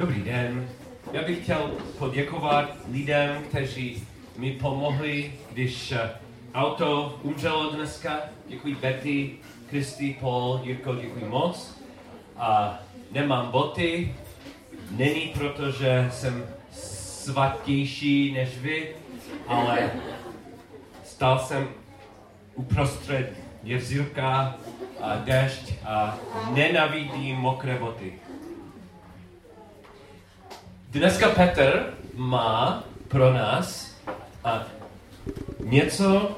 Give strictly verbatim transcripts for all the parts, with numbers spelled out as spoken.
Dobrý den. Já bych chtěl poděkovat lidem, kteří mi pomohli, když auto umřelo dneska. Děkuji Betty, Kristi, Paul, Jirko, děkuji moc. A nemám boty, není proto, že jsem svatější než vy, ale stál jsem uprostřed jezírka a déšť a nenávidím mokré boty. Dneska Petr má pro nás a něco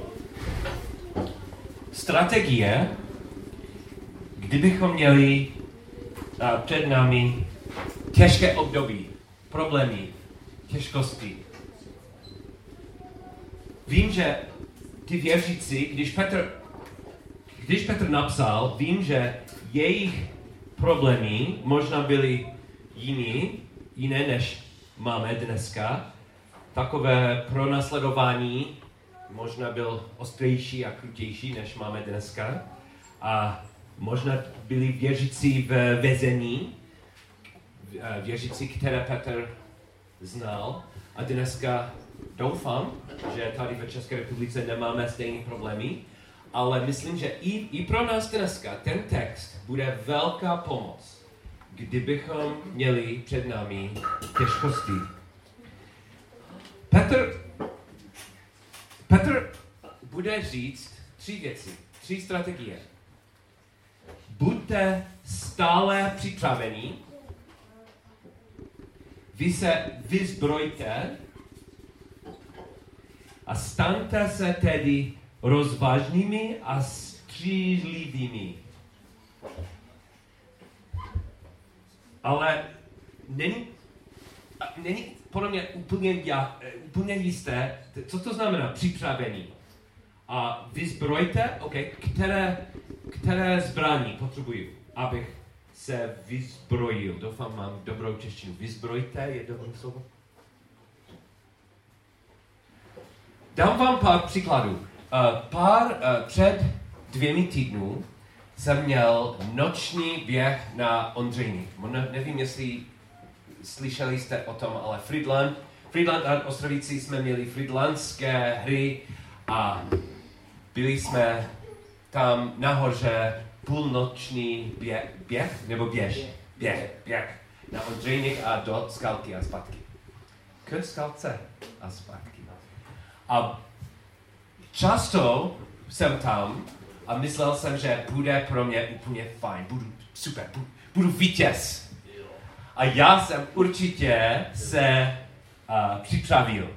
strategie, kdybychom měli a před námi těžké období, problémy, těžkosti. Vím, že ty věřící, když Petr, když Petr napsal, vím, že jejich problémy možná byly jiný, jiné, než máme dneska. Takové pronásledování možná byl ostřejší a krutější, než máme dneska. A možná byli věřící v vězení, věřící, které Petr znal. A dneska doufám, že tady v České republice nemáme stejné problémy, ale myslím, že i, i pro nás dneska ten text bude velká pomoc, kdybychom měli před námi těžkosti. Petr, Petr bude říct tři věci, tři strategie. Buďte stále připraveni, vy se vyzbrojte a staňte se tedy rozvážnými a střízlivými. Ale není, není podle mě úplně, úplně jisté, co to znamená připravení. A vyzbrojte, okay, které, které zbraní potřebuji, abych se vyzbrojil. Doufám, mám dobrou češtinu. Vyzbrojte je dobré slovo. Dám vám pár příkladů. Uh, pár uh, před dvěmi týdnů jsem měl noční běh na Ondřejní. Nevím, jestli slyšeli jste o tom, ale Frýdlant. Frýdlant a Ostrovici jsme měli frýdlantské hry a byli jsme tam nahoře půlnoční běh, běh nebo běž? Běh, běh. Na Ondřejník a do Skalky a zpátky. K Skalce a zpátky. A často jsem tam a myslel jsem, že bude pro mě úplně fajn, budu super, budu, budu vítěz. A já jsem určitě se uh, připravil.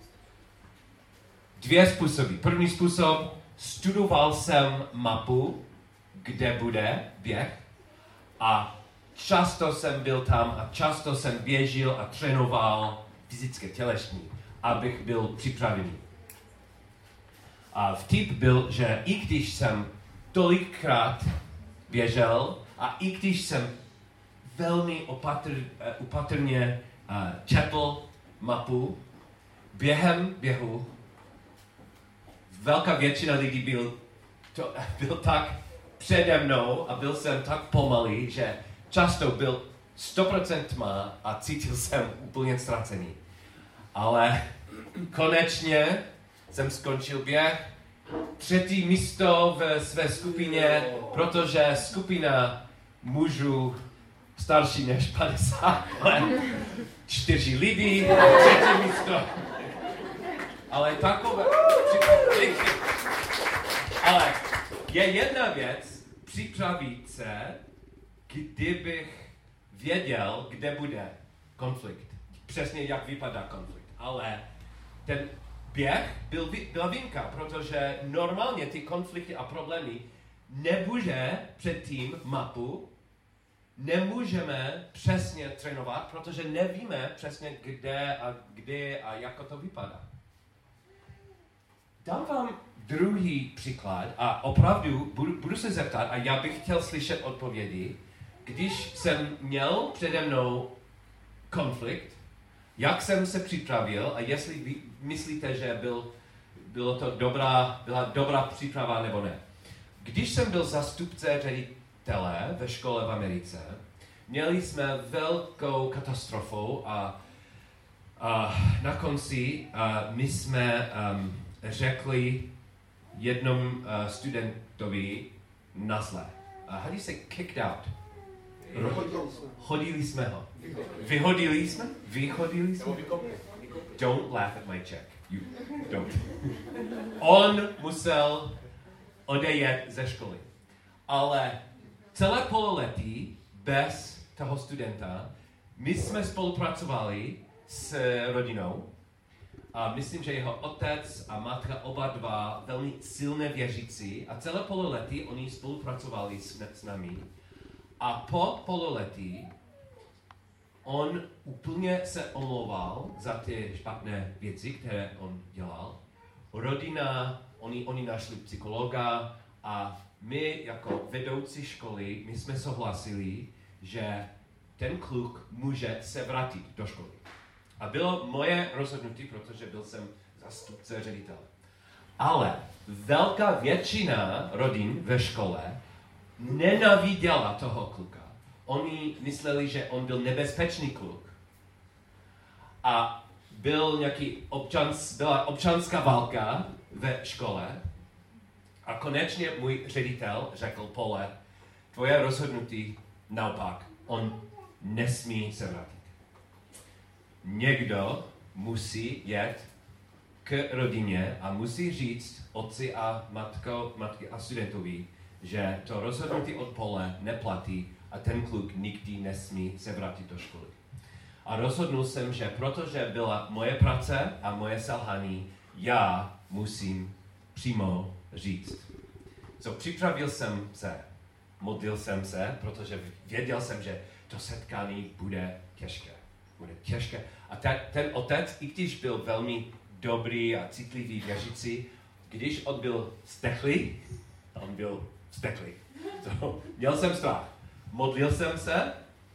Dvě způsoby. První způsob, studoval jsem mapu, kde bude běh a často jsem byl tam a často jsem běžil a trénoval fyzické tělesní, abych byl připravený. A vtip byl, že i když jsem tolikrát běžel a i když jsem velmi opatr, opatrně uh, četl mapu, během běhu velká většina lidí byl, to, byl tak přede mnou a byl jsem tak pomalý, že často byl sto procent tma a cítil jsem úplně ztracený. Ale konečně jsem skončil běh. Třetí místo v své skupině, protože skupina mužů starší než padesát let. Čtyři lidi, třetí místo. Ale takové... Ale je jedna věc, připravit se, kdybych věděl, kde bude konflikt. Přesně jak vypadá konflikt. Ale ten běh byl, byla výjimka, protože normálně ty konflikty a problémy nebude předtím mapu, nemůžeme přesně trénovat, protože nevíme přesně kde a kdy a jak to vypadá. Dám vám druhý příklad a opravdu budu, budu se zeptat a já bych chtěl slyšet odpovědi, když jsem měl přede mnou konflikt, jak jsem se připravil a jestli vy myslíte, že byl, bylo to dobrá, byla dobrá příprava nebo ne. Když jsem byl zástupce ředitele ve škole v Americe, měli jsme velkou katastrofu a, a na konci a my jsme um, řekli jednom uh, studentovi na zlé. Uh, how do you say kicked out? Hodili jsme ho. Vyhodili jsme? Vyhodili jsme? Don't laugh at my Czech. You don't. On musel odejet ze školy. Ale celé pololetí bez toho studenta my jsme spolupracovali s rodinou a myslím, že jeho otec a matka oba dva velmi silné věřící a celé pololetí oni spolupracovali s, s námi a po pololetí on úplně se omlouval za ty špatné věci, které on dělal. Rodina, oni, oni našli psychologa a my jako vedoucí školy, my jsme souhlasili, že ten kluk může se vrátit do školy. A bylo moje rozhodnutí, protože byl jsem zástupce ředitele. Ale velká většina rodin ve škole nenáviděla toho kluka. Oni mysleli, že on byl nebezpečný kluk. A byl nějaký občans, byla občanská válka ve škole. A konečně můj ředitel řekl, Pole, tvoje rozhodnutí naopak, on nesmí se vrátit. Někdo musí jet k rodině a musí říct otci a matko, matky a studentovi, že to rozhodnutí od Pole neplatí a ten kluk nikdy nesmí se vrátit do školy. A rozhodnul jsem, že protože byla moje práce a moje selhání, já musím přímo říct. So, připravil jsem se, modlil jsem se, protože věděl jsem, že to setkání bude těžké. Bude těžké. A ten, ten otec, i když byl velmi dobrý a citlivý věřící, když on byl vzteklý, on byl vzteklý. So, měl jsem strach. Modlil jsem se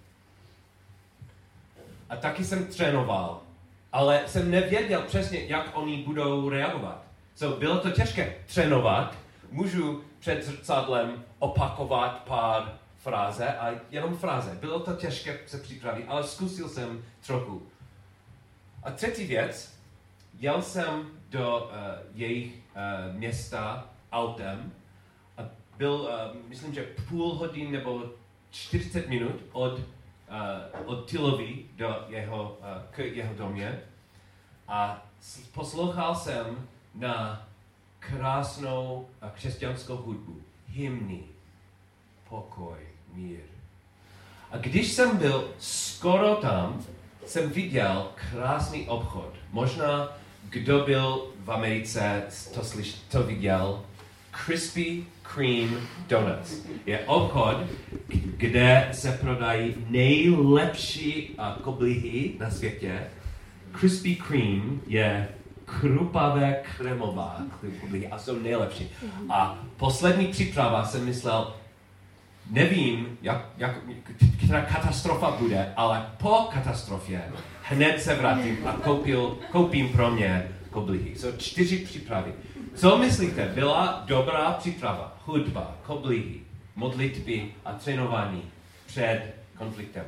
a taky jsem trénoval, ale jsem nevěděl přesně, jak oni budou reagovat. So, bylo to těžké trénovat, můžu před zrcadlem opakovat pár fráze a jenom fráze. Bylo to těžké se připravit, ale zkusil jsem trochu. A třetí věc, jel jsem do uh, jejich uh, města autem a byl, uh, myslím, že půl hodin nebo čtyřicet minut od, uh, od Tylovy do jeho, uh, k jeho domě a poslouchal jsem na krásnou uh, křesťanskou hudbu, hymny, pokoj, mír. A když jsem byl skoro tam, jsem viděl krásný obchod. Možná, kdo byl v Americe, to, slyš, to viděl. Krispy Kreme Donuts. Je obchod, kde se prodají nejlepší uh, koblihy na světě. Krispy Kreme je krupavé kremová koblihy a jsou nejlepší. A poslední příprava jsem myslel, nevím, jak, jak, která katastrofa bude, ale po katastrofě hned se vrátím a koupil, koupím pro mě koblihy. Jsou čtyři přípravy. Co myslíte, byla dobrá příprava? Hudba, koblihy, modlitby a trénování před konfliktem.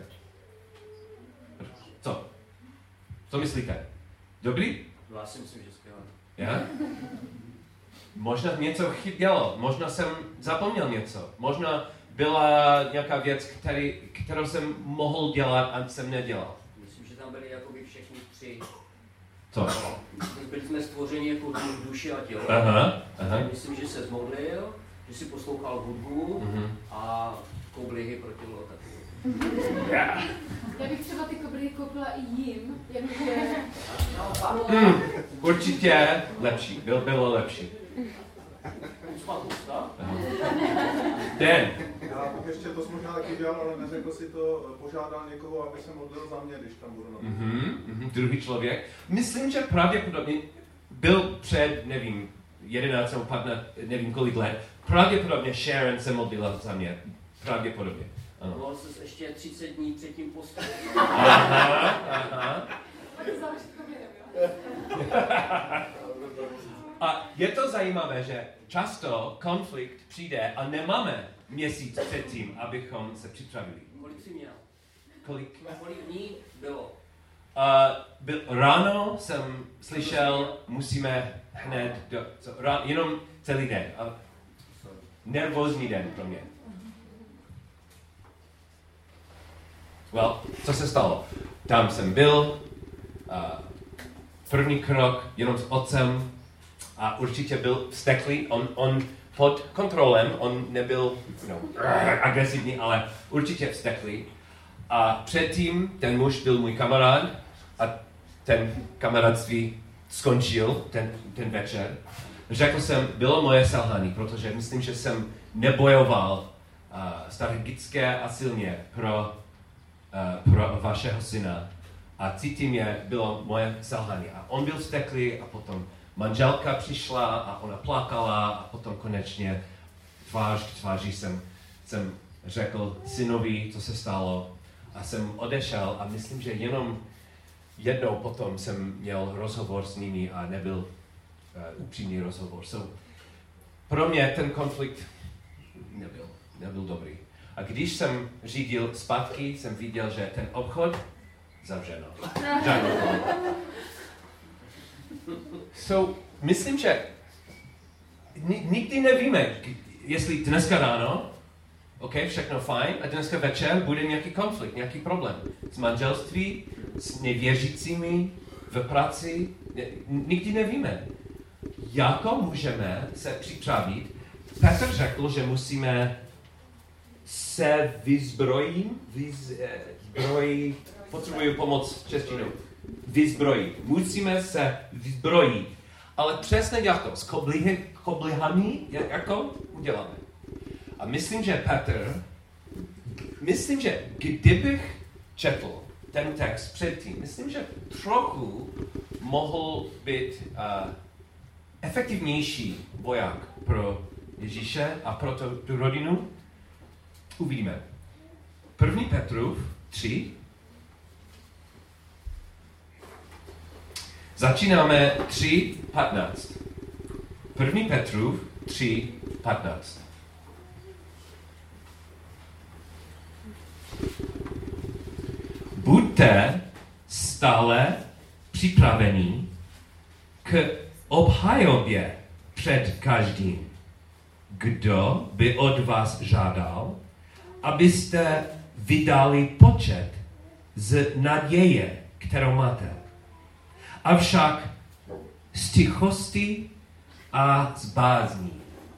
Co? Co myslíte? Dobrý? Já si myslím, že skvělé. Já? Možná něco chybělo, možná jsem zapomněl něco, možná byla nějaká věc, který, kterou jsem mohl dělat a jsem nedělal. Myslím, že tam byli jakoby všechny tři. Co? Byli jsme stvořeni jako duši a tělo. Aha, aha. Myslím, že se zmodlil, že si poslouchal hudbu uh-huh. a koblihy pro tělo taky. Yeah. Já bych třeba ty koblihy koupila i jim, jakože... Mm, určitě lepší, Byl, bylo lepší. Den. Já bych ještě to možná taky dělal, ale neřekl si to, požádal někoho, aby se modlil za mě, když tam budu na mm-hmm, mm-hmm, druhý člověk. Myslím, že pravděpodobně byl před, nevím, jedenáct nebo patnáct, nevím kolik let, pravděpodobně Sharon se modlila za mě. Pravděpodobně. Ano. Mohl jsi ještě třicet dní předtím postavit. Aha, aha. A je to zajímavé, že často konflikt přijde a nemáme měsíc předtím, abychom se připravili. Kolik jsi měl? kolik? Kolik dní bylo? Uh, byl, ráno jsem slyšel, musíme hned, do, co, rá, jenom celý den. A nervózní den pro mě. Well, co se stalo? Tam jsem byl, uh, první krok jenom s otcem a určitě byl vzteklý. On, on pod kontrolem, on nebyl no, agresivní, ale určitě vzteklý. A předtím ten muž byl můj kamarád a ten kamarádství skončil ten, ten večer. Řekl jsem, bylo moje selhání, protože myslím, že jsem nebojoval uh, strategické a silně pro, uh, pro vašeho syna. A cítím je, bylo moje selhání. A on byl vzteklý a potom manželka přišla a ona plakala a potom konečně tvář k tváři jsem, jsem řekl synovi, co se stalo. A jsem odešel a myslím, že jenom jednou potom jsem měl rozhovor s nimi a nebyl uh, upřímný rozhovor. So, pro mě ten konflikt nebyl, nebyl dobrý. A když jsem řídil zpátky, jsem viděl, že ten obchod zavřeno. So, myslím, že nikdy nevíme, jestli dneska ráno OK, všechno fajn, a dneska večer bude nějaký konflikt, nějaký problém. S manželství, s nevěřícími, v práci, nikdy nevíme. Jako můžeme se připravit? Petr řekl, že musíme se vyzbrojit, vyzbrojit, potřebuji pomoc češtinou, vyzbrojit. Musíme se vyzbrojit. Ale přesně jako s koblihy, koblihami, jako uděláme. A myslím, že Petr, myslím, že kdybych četl ten text předtím, myslím, že trochu mohl být uh, efektivnější voják pro Ježíše a pro to, tu rodinu. Uvidíme. První Petrův tři. Začínáme tři patnáct. První Petrův tři patnáct. Buďte stále připravení k obhajobě před každým, kdo by od vás žádal, abyste vydali počet z naděje, kterou máte. Avšak z tichosti a z bázní.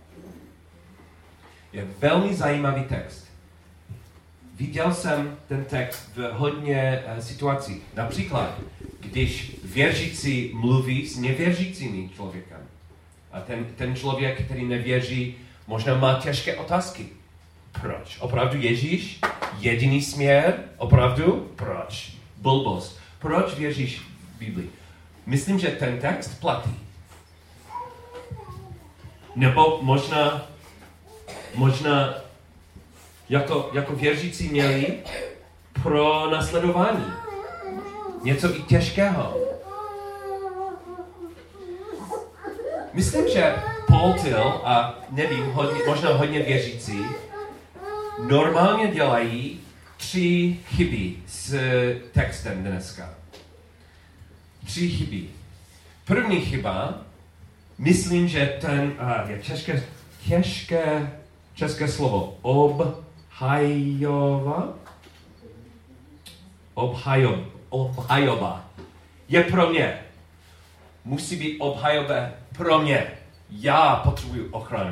Je velmi zajímavý text. Viděl jsem ten text v hodně uh, situacích. Například, když věřící mluví s nevěřícími člověkem. A ten, ten člověk, který nevěří, možná má těžké otázky. Proč? Opravdu Ježíš? Jediný směr? Opravdu? Proč? Blbost. Proč věříš v Biblii? Myslím, že ten text platí. Nebo možná, možná jako, jako věřící měli pro nasledování. Něco i těžkého. Myslím, že Paul Till a nevím, hodně, možná hodně věřící, normálně dělají tři chyby s textem dneska. Tři chyby. První chyba, myslím, že ten, a je těžké, těžké české slovo, obhajova, obhajob, obhajoba, je pro mě. Musí být obhajoba pro mě. Já potřebuji ochranu.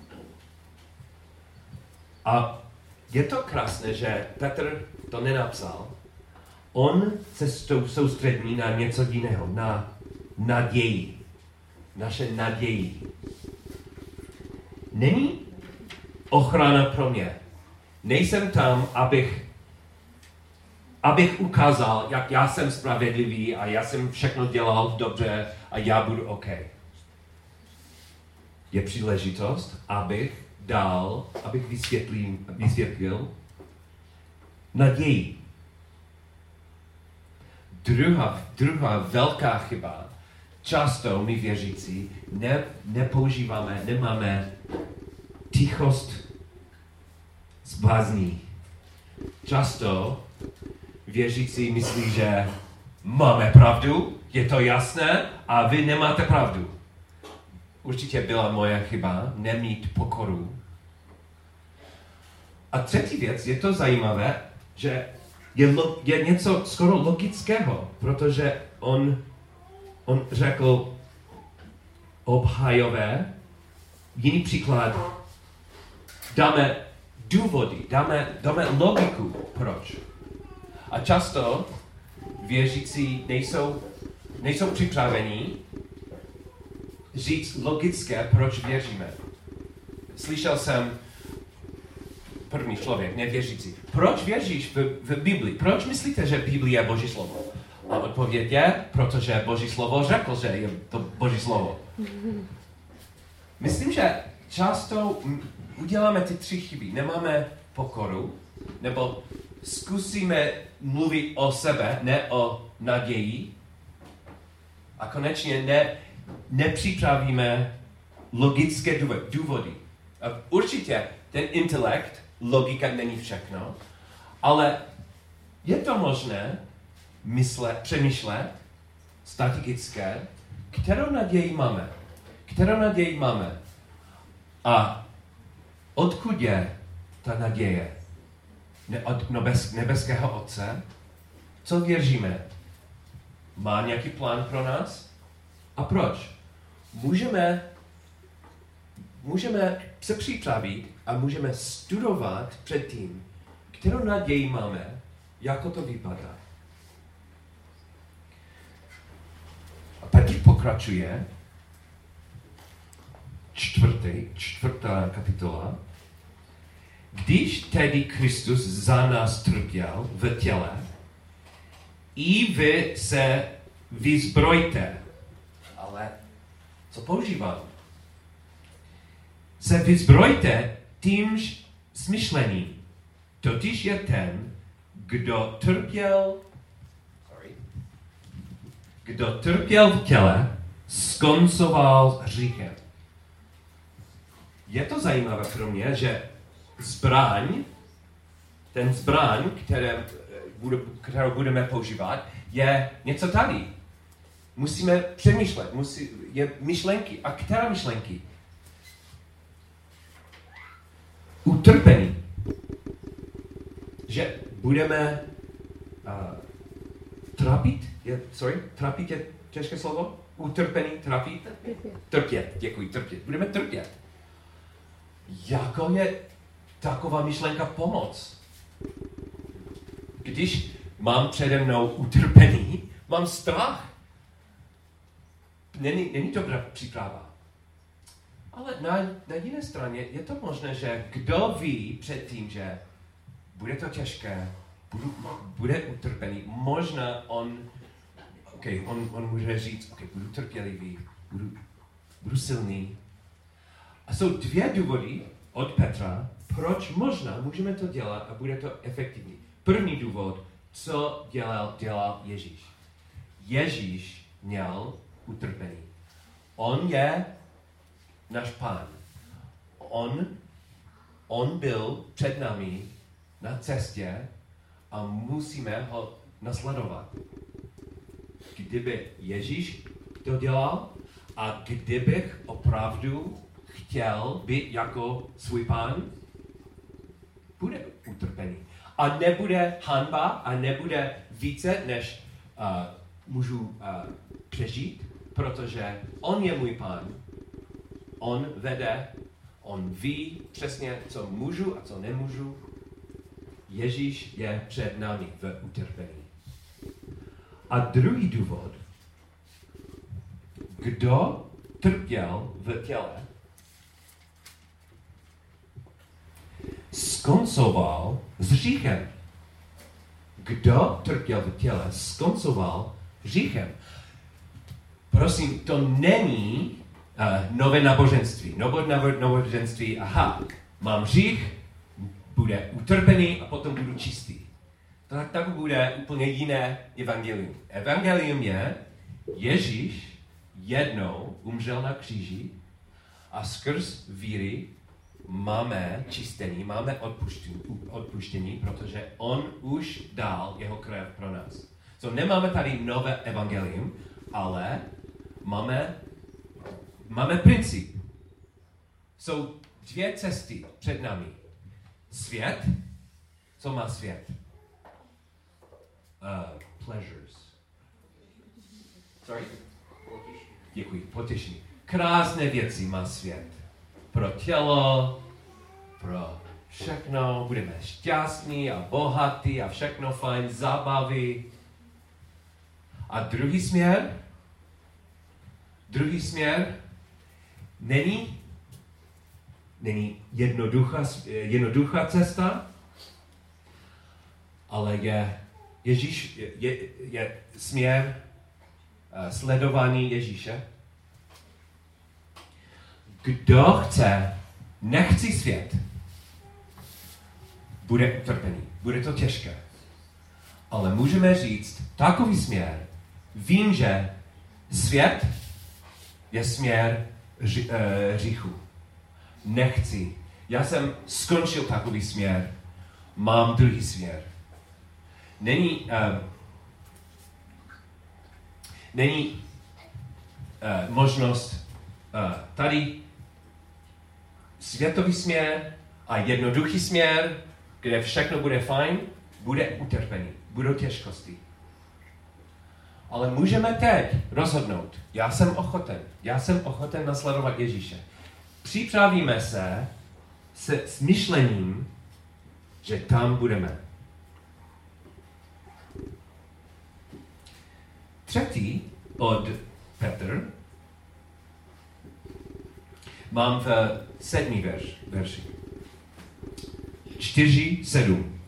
A je to krásné, že Petr to nenapsal. On se soustředí na něco jiného, na naději. Naše naději. Není ochrana pro mě. Nejsem tam, abych, abych ukázal, jak já jsem spravedlivý a já jsem všechno dělal dobře a já budu OK. Je příležitost, abych dal, abych vysvětlil, vysvětlil naději. Druhá, druhá velká chyba, často my věřící ne, nepoužíváme, nemáme tichost z bázní. Často věřící myslí, že máme pravdu, je to jasné a vy nemáte pravdu. Určitě byla moje chyba nemít pokoru. A třetí věc, je to zajímavé, že je, lo, je něco skoro logického, protože on, on řekl obhajové, jiný příklad, dáme důvody, dáme, dáme logiku, proč. A často věřící nejsou, nejsou připraveni říct logické, proč věříme. Slyšel jsem první člověk, nevěřící. Proč věříš v, v Biblii? Proč myslíte, že Biblia je Boží slovo? A odpověď je, protože Boží slovo řekl, že je to Boží slovo. Myslím, že často uděláme ty tři chyby. Nemáme pokoru, nebo zkusíme mluvit o sebe, ne o naději. A konečně ne, nepřipravíme logické důvody. A určitě ten intelekt, logika není všechno, ale je to možné myslet, přemýšlet strategické, kterou naději máme. Kterou naději máme. A odkud je ta naděje? Ne, od nebes, nebeského Otce? Co věříme? Má nějaký plán pro nás? A proč? Můžeme, můžeme se připravit a můžeme studovat předtím, kterou naději máme, jak to vypadá. A Petr pokračuje, čtvrtý, čtvrtá kapitola. Když tedy Kristus za nás trpěl v těle, i vy se vyzbrojte. Ale co používám? Se vyzbrojte tímž smyšlení. Totiž je ten, kdo trpěl, sorry, kdo trpěl v těle, skoncoval s hříchem. Je to zajímavé pro mě, že zbraň, ten zbraň, které, kterou budeme používat, je něco tady. Musíme přemýšlet, musí, je myšlenky. A která myšlenky? Utrpení. Že budeme uh, trápit, je, sorry, trápit je těžké slovo? Utrpení, trápit? Trpět, děkuji, trpět. Budeme trpět. Jako je taková myšlenka pomoc? Když mám přede mnou utrpení, mám strach. Není, není dobrá příprava. Ale na, na jiné straně je to možné, že kdo ví předtím, že bude to těžké, budu, bude utrpený, možná on, okay, on, on může říct, okay, budu trpělivý, budu, budu silný. A jsou dvě důvody od Petra, proč možná můžeme to dělat a bude to efektivní. První důvod, co dělal, dělal Ježíš. Ježíš měl utrpení. On je náš Pán. On, on byl před námi na cestě a musíme ho nasledovat. Kdyby Ježíš to dělal a kdybych opravdu chtěl být jako svůj Pán, bude utrpení. A nebude hanba a nebude více, než uh, můžu uh, přežít, protože on je můj Pán. On vede, on ví přesně, co můžu a co nemůžu. Ježíš je před námi v utrpení. A druhý důvod, kdo trpěl v těle, skoncoval s hříchem. Kdo trpěl v těle, skoncoval hříchem. Prosím, to není uh, nové náboženství. Nové náboženství, aha, mám hřích, bude utrpený a potom budu čistý. Tak, tak bude úplně jiné evangelium. Evangelium je, Ježíš jednou umřel na kříži a skrz víry máme čistení, máme odpuštění, odpuštění, protože on už dal jeho krev pro nás. So nemáme tady nové evangelium, ale máme, máme princip. Jsou dvě cesty před námi. Svět, co má svět? Uh, pleasures. Sorry? Děkuji, potěšení. Krásné věci má svět. Pro tělo, pro všechno, budeme šťastní a bohatí a všechno fajn, zábavy. A druhý směr, druhý směr není, není jednoduchá, jednoduchá cesta, ale je, Ježíš, je, je, je směr uh, sledování Ježíše. Kdo chce, nechci svět, bude utrpený, bude to těžké. Ale můžeme říct, takový směr, vím, že svět je směr ři, uh, říchu. Nechci. Já jsem skončil takový směr, mám druhý směr. Není, uh, není uh, možnost uh, tady světový směr a jednoduchý směr, kde všechno bude fajn, bude utrpení, budou těžkosti. Ale můžeme teď rozhodnout, já jsem ochoten, já jsem ochoten nasledovat Ježíše. Připravíme se se s myšlením, že tam budeme. Třetí od Petr mám v sedmý verš, verši. Čtyři, sedm.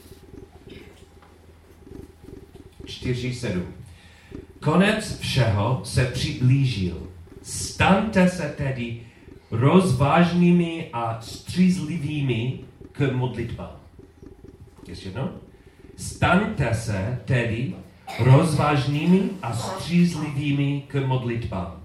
Čtyři, sedm. Konec všeho se přiblížil. Staňte se tedy rozvážnými a střízlivými k modlitbám. Ještě jednou. Staňte se tedy rozvážnými a střízlivými k modlitbám.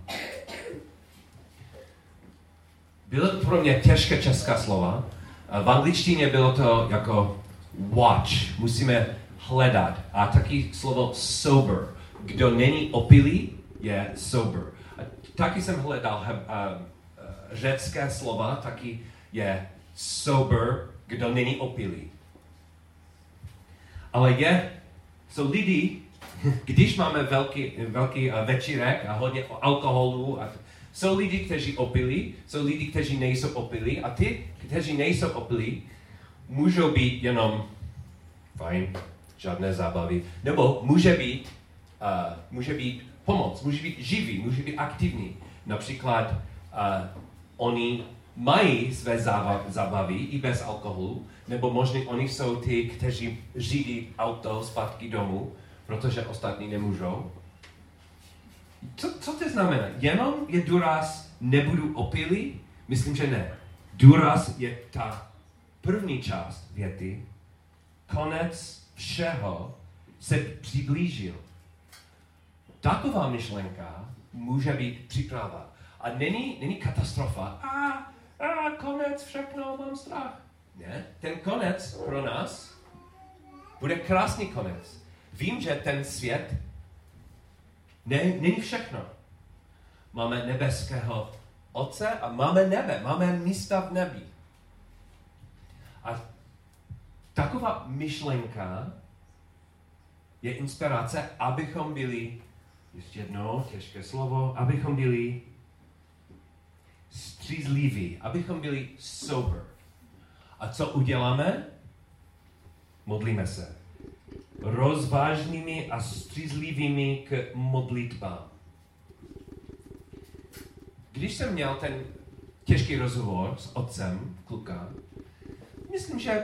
Bylo to pro mě těžké česká slova. V angličtině bylo to jako watch. Musíme hledat. A taky slovo sober. Kdo není opilý, je sober. A taky jsem hledal uh, uh, řecké slova, taky je sober, kdo není opilý. Ale je, jsou lidi, když máme velký, velký uh, večírek a hodně alkoholu, a jsou lidi, kteří opilí, jsou lidi, kteří nejsou opilí, a ty, kteří nejsou opilí, můžou být jenom fajn, žádné zábavy, nebo může být, uh, může být pomoc, může být živý, může být aktivní. Například uh, oni mají své zábavy i bez alkoholu, nebo možná oni jsou ty, kteří řídí auto zpátky domů, protože ostatní nemůžou. Co, co to znamená? Jenom je důraz, nebudu opilý? Myslím, že ne. Důraz je ta první část věty, konec všeho se přiblížil. Taková myšlenka může být příprava. A není, není katastrofa. A, a konec, všechno, mám strach. Ne, ten konec pro nás bude krásný konec. Vím, že ten svět ne, není všechno. Máme nebeského Otce a máme nebe, máme místa v nebi. A taková myšlenka je inspirace, abychom byli, ještě jednou, těžké slovo, abychom byli střízliví, abychom byli sober. A co uděláme? Modlíme se. Rozvážnými a střízlivými k modlitbám. Když jsem měl ten těžký rozhovor s otcem kluka, myslím, že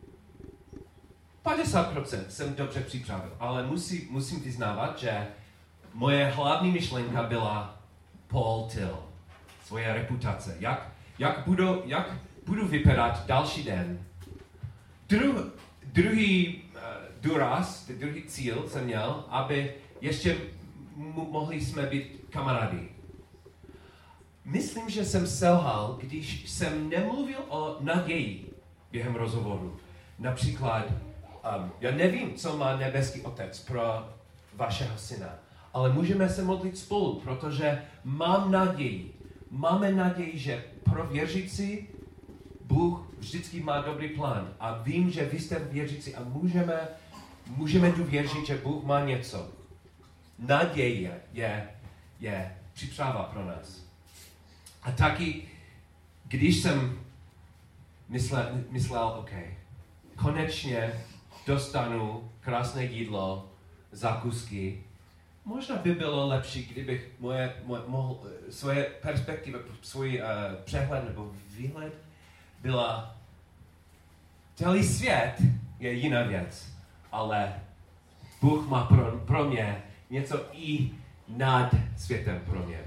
padesát procent jsem dobře připravil, ale musí, musím vyznávat, že moje hlavní myšlenka byla Paul Till, svoje reputace. Jak, jak, budu, jak budu vypadat další den. Dru, druhý uh, důraz, druhý cíl jsem měl, aby ještě m- mohli jsme být kamarády. myslím, že jsem selhal, když jsem nemluvil o naději během rozhovoru. Například, um, já nevím, co má nebeský Otec pro vašeho syna, ale můžeme se modlit spolu, protože mám naději. Máme naději, že pro věřící Bůh vždycky má dobrý plán a vím, že vy jste věřící a můžeme, můžeme důvěřit, že Bůh má něco. Naděje je, je příprava pro nás. A taky, když jsem myslel, myslel OK, konečně dostanu krásné jídlo, zákusky, možná by bylo lepší, kdybych moje, moje, mohl, svoje perspektiva, svůj uh, přehled nebo výhled byla, celý svět je jiná věc, ale Bůh má pro, pro mě něco i nad světem pro mě.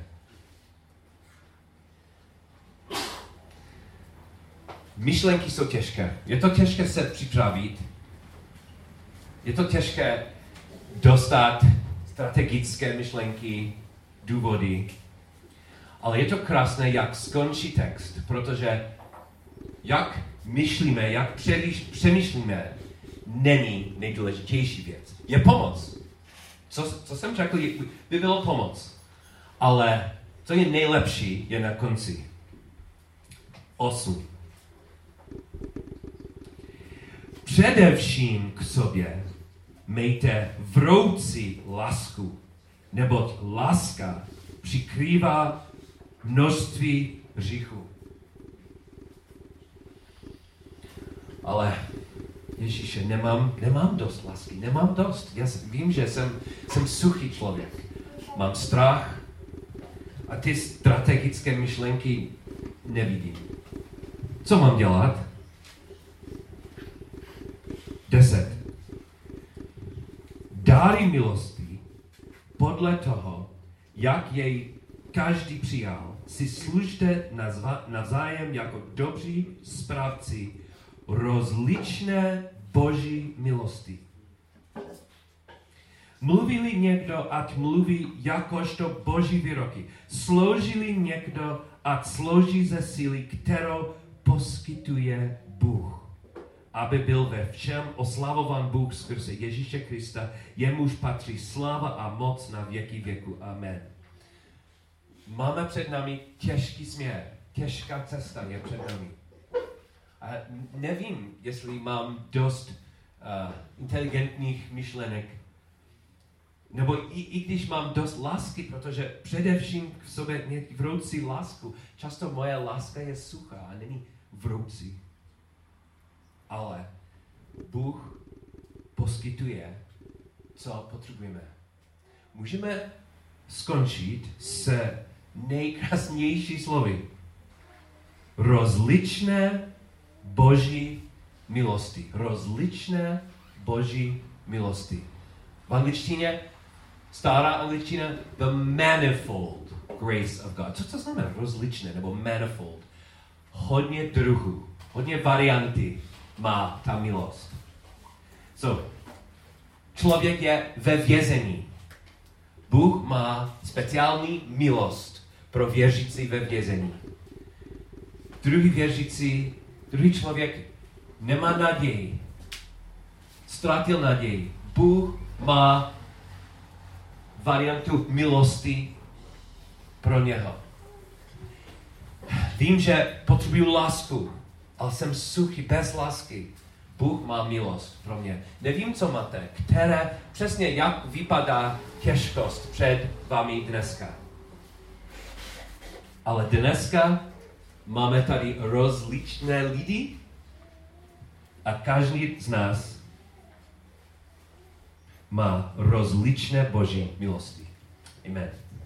Myšlenky jsou těžké. Je to těžké se připravit. Je to těžké dostat strategické myšlenky, důvody. Ale je to krásné, jak skončí text, protože jak myšlíme, jak přemýšlíme, není nejdůležitější věc. Je pomoc. Co, co jsem řekl, by bylo pomoc. Ale co je nejlepší, je na konci. Osm. Především k sobě mějte vroucí lásku, neboť láska přikrývá množství hříchů. Ale Ježíše, nemám, nemám dost lásky, nemám dost. Já vím, že jsem, jsem suchý člověk. Mám strach a ty strategické myšlenky nevidím. Co mám dělat? Deset. Dáry milosti podle toho, jak jej každý přijal, si služte navzájem jako dobří správci rozličné boží milosti. Mluvili někdo, ať mluví jakožto boží výroky. Sloužili někdo, ať slouží ze síly, kterou poskytuje Bůh, aby byl ve všem oslavován Bůh skrze Ježíše Krista, jemuž patří sláva a moc na věky věku. Amen. Máme před námi těžký směr, těžká cesta je před námi. A nevím, jestli mám dost uh, inteligentních myšlenek, nebo i, i když mám dost lásky, protože především v sobě mě vroucí lásku. Často moje láska je suchá a není vroucí. Ale Bůh poskytuje, co potřebujeme. Můžeme skončit s nejkrásnější slovy. Rozličné boží milosti. Rozličné boží milosti. V angličtině, stará angličtina, the manifold grace of God. Co to znamená rozličné nebo manifold? Hodně druhů, hodně varianty má ta milost. So, člověk je ve vězení. Bůh má speciální milost pro věřící ve vězení. Druhý věřící, druhý člověk nemá naději. Ztratil naději. Bůh má variantu milosti pro něho. Vím, že potřebuji lásku, ale jsem suchý bez lásky. Bůh má milost pro mě. Nevím, co máte, které, přesně jak vypadá těžkost před vámi dneska. Ale dneska máme tady rozličné lidi a každý z nás má rozličné boží milosti. Amen.